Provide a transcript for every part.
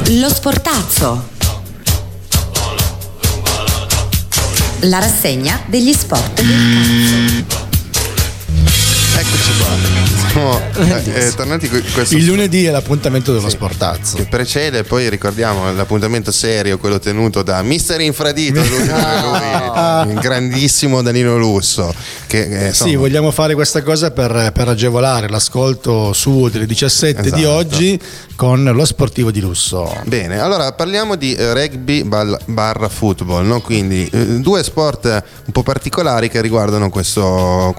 Lo sportazzo. La rassegna degli sport del cazzo. Eccoci qua. Siamo tornati questo il lunedì è l'appuntamento dello sportazzo che precede, poi ricordiamo l'appuntamento serio, quello tenuto da Mister Infradito, lui, il grandissimo Danilo Lusso, che sì, vogliamo fare questa cosa per agevolare l'ascolto su delle 17 esatto. di oggi con lo sportivo di lusso. Bene, allora parliamo di rugby barra football, no? Quindi due sport un po' particolari che riguardano questo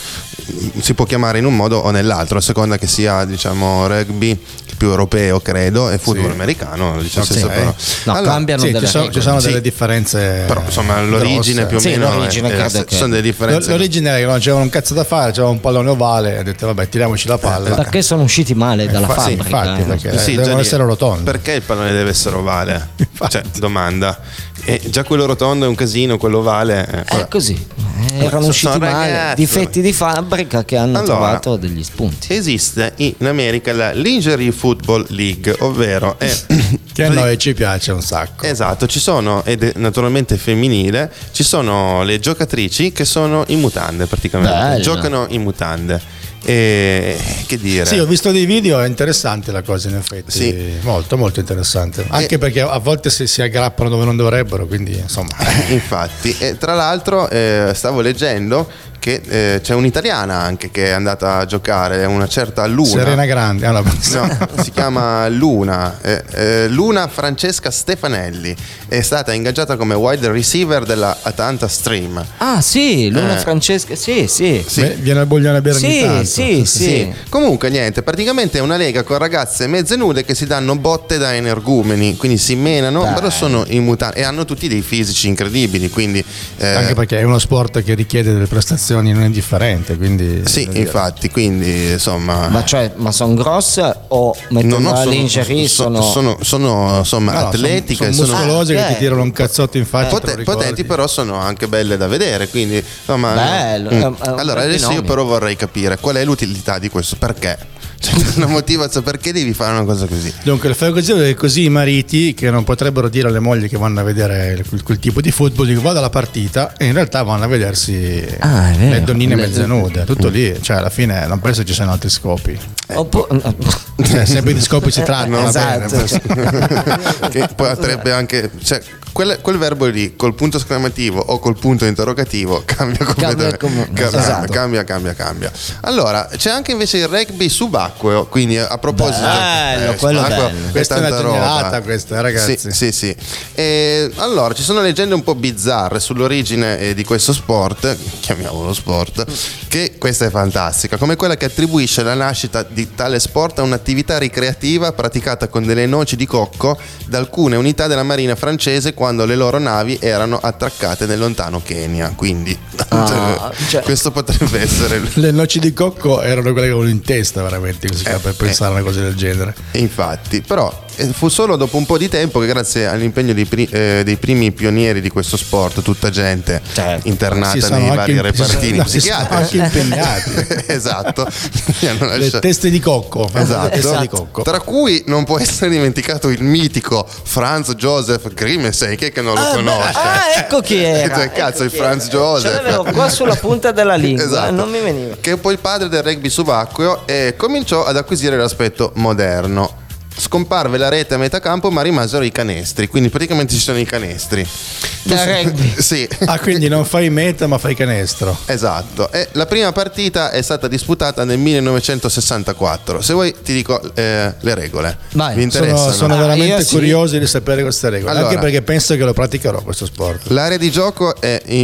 si può chiamare in un modo o nell'altro, a seconda che sia, diciamo, rugby più europeo, credo, e football americano, diciamo, sì, però. No, allora, cambiano sì, delle ci sono delle sì, differenze, però insomma l'origine grosse. più o meno l'origine credo che... sono delle differenze. L'origine era che non c'era un cazzo da fare, c'era un pallone ovale, ha detto vabbè, tiriamoci la palla. Perché sono usciti male dalla Sì, fabbrica. infatti, perché Sì, devono già essere rotondi. Perché il pallone deve essere ovale? Infatti. Cioè, domanda. E già quello rotondo è un casino, quello ovale È così. Erano usciti sono male, ragazzi. difetti di fabbrica che hanno trovato degli spunti. Esiste in America la Lingerie Football League, ovvero Che a noi ci piace un sacco. esatto, ci sono, ed è naturalmente femminile, ci sono le giocatrici che sono in mutande praticamente. Bello. Giocano in mutande. E che dire? Sì, ho visto dei video, è interessante la cosa in effetti, Sì. molto molto interessante, anche perché a volte si aggrappano dove non dovrebbero, quindi insomma. Infatti, e tra l'altro stavo leggendo che c'è un'italiana anche che è andata a giocare, una certa Luna. Serena Grande, No, si chiama Luna Francesca Stefanelli, è stata ingaggiata come wide receiver della Atlanta Stream. Ah sì, Luna Francesca, sì. Viene al Boglione a bere ogni tanto. Sì. Comunque niente, praticamente è una lega con ragazze mezze nude che si danno botte da energumeni, quindi si menano, però sono in mutande e hanno tutti dei fisici incredibili, quindi Anche perché è uno sport che richiede delle prestazioni non indifferente, quindi sì, infatti, quindi insomma, Ma sono grosse o mettono la lingerie? sono insomma atletiche, sono muscolose che Ah, ti tirano un cazzotto in faccia, te lo ricordi? potenti, però sono anche belle da vedere, quindi insomma Bello, è un allora bel adesso io binomio. però vorrei capire qual è l'utilità di questo, perché c'è una motivazione, perché devi fare una cosa così? Dunque il fai così i mariti che non potrebbero dire alle mogli che vanno a vedere quel tipo di football, dico vado alla partita, e in realtà vanno a vedersi è vero. le donnine mezze nude, tutto lì, cioè alla fine non penso ci siano altri scopi, sempre di scopi si tratta, va bene, Esatto. Che potrebbe anche, cioè, quel verbo lì col punto esclamativo o col punto interrogativo cambia completamente, esatto. cambia. Allora c'è anche invece il rugby subacqueo, quindi a proposito Bello, quello subacqueo, bello. questa è una tanta genialata roba. questa, ragazzi. Sì. E allora ci sono leggende un po' bizzarre sull'origine di questo sport, chiamiamolo sport, che questa è fantastica, come quella che attribuisce la nascita di tale sport a un'attività ricreativa praticata con delle noci di cocco da alcune unità della marina francese quando le loro navi erano attraccate nel lontano Kenya, quindi questo potrebbe essere. Le noci di cocco erano quelle che avevano in testa veramente così, per pensare a una cosa del genere. Infatti, però fu solo dopo un po' di tempo che, grazie all'impegno dei primi pionieri di questo sport, tutta gente internata nei vari repartini psichiatrici, anche impegnati. Esatto, Le teste di cocco, esatto. teste di cocco. Tra cui non può essere dimenticato il mitico Franz Josef Grimsey, che non lo conosce. Ecco chi era. Cioè, cazzo, il chi Franz era. Josef. Ce l'avevo qua sulla punta della lingua, Esatto. non mi veniva. Che è poi il padre del rugby subacqueo e cominciò ad acquisire l'aspetto moderno. Scomparve la rete a metà campo, ma rimasero i canestri, quindi praticamente ci sono i canestri. Da rugby. Sì. Quindi non fai meta ma fai canestro. Esatto, e la prima partita è stata disputata nel 1964. Se vuoi ti dico le regole. Vai. Mi interessano. Sono veramente io sì. curioso di sapere queste regole, Allora, anche perché penso che lo praticherò questo sport. L'area di gioco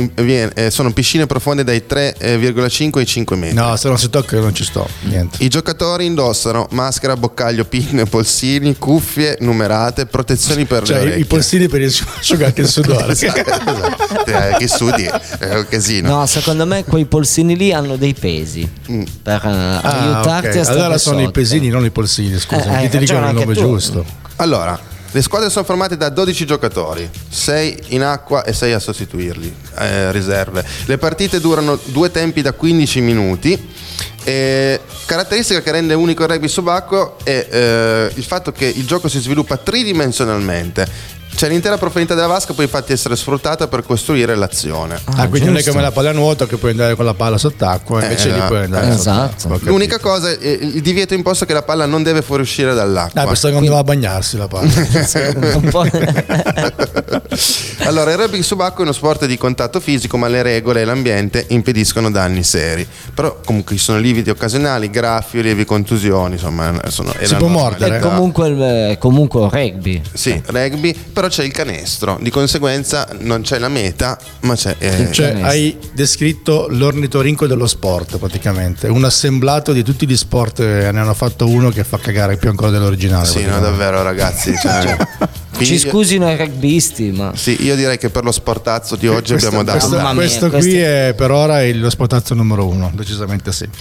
sono piscine profonde dai 3,5 ai 5 metri. No, se non si tocca io non ci sto, niente. I giocatori indossano maschera, boccaglio, pinne, polsini, cuffie numerate, protezioni per le Cioè orecchie. i polsini per asciugarti il sudore. Esatto. Che studi è un casino. No, secondo me quei polsini lì hanno dei pesi per aiutarti ok. a stare Allora sono i sotto. pesini, non i polsini, scusa, hai chi ti dicono il ragione nome anche tu. giusto. Allora, le squadre sono formate da 12 giocatori, 6 in acqua e 6 a sostituirli, riserve. Le partite durano 2 tempi da 15 minuti Caratteristica che rende unico il rugby subacqueo è il fatto che il gioco si sviluppa tridimensionalmente. Cioè l'intera profondità della vasca può infatti essere sfruttata per costruire l'azione. Quindi non è come la pallanuoto che puoi andare con la palla sott'acqua, invece lì puoi andare Esatto. sott'acqua. L'unica cosa è il divieto imposto è che la palla non deve fuoriuscire dall'acqua. Pensavo che non doveva bagnarsi la palla. Un po'. Allora, il rugby subacqueo è uno sport di contatto fisico, ma le regole e l'ambiente impediscono danni seri. Però comunque ci sono lividi occasionali, graffi, lievi contusioni, insomma, Si può mordere. È comunque un rugby. Sì, rugby, però c'è il canestro, di conseguenza non c'è la meta, ma c'è Cioè, hai descritto l'ornitorinco dello sport praticamente, un assemblato di tutti gli sport, ne hanno fatto uno che fa cagare più ancora dell'originale. Sì, no, davvero ragazzi, Ci scusino i rugbisti, ma sì, io direi che per lo sportazzo di oggi abbiamo dato questo Mamma mia, qui è per ora lo sportazzo numero 1, decisamente sì.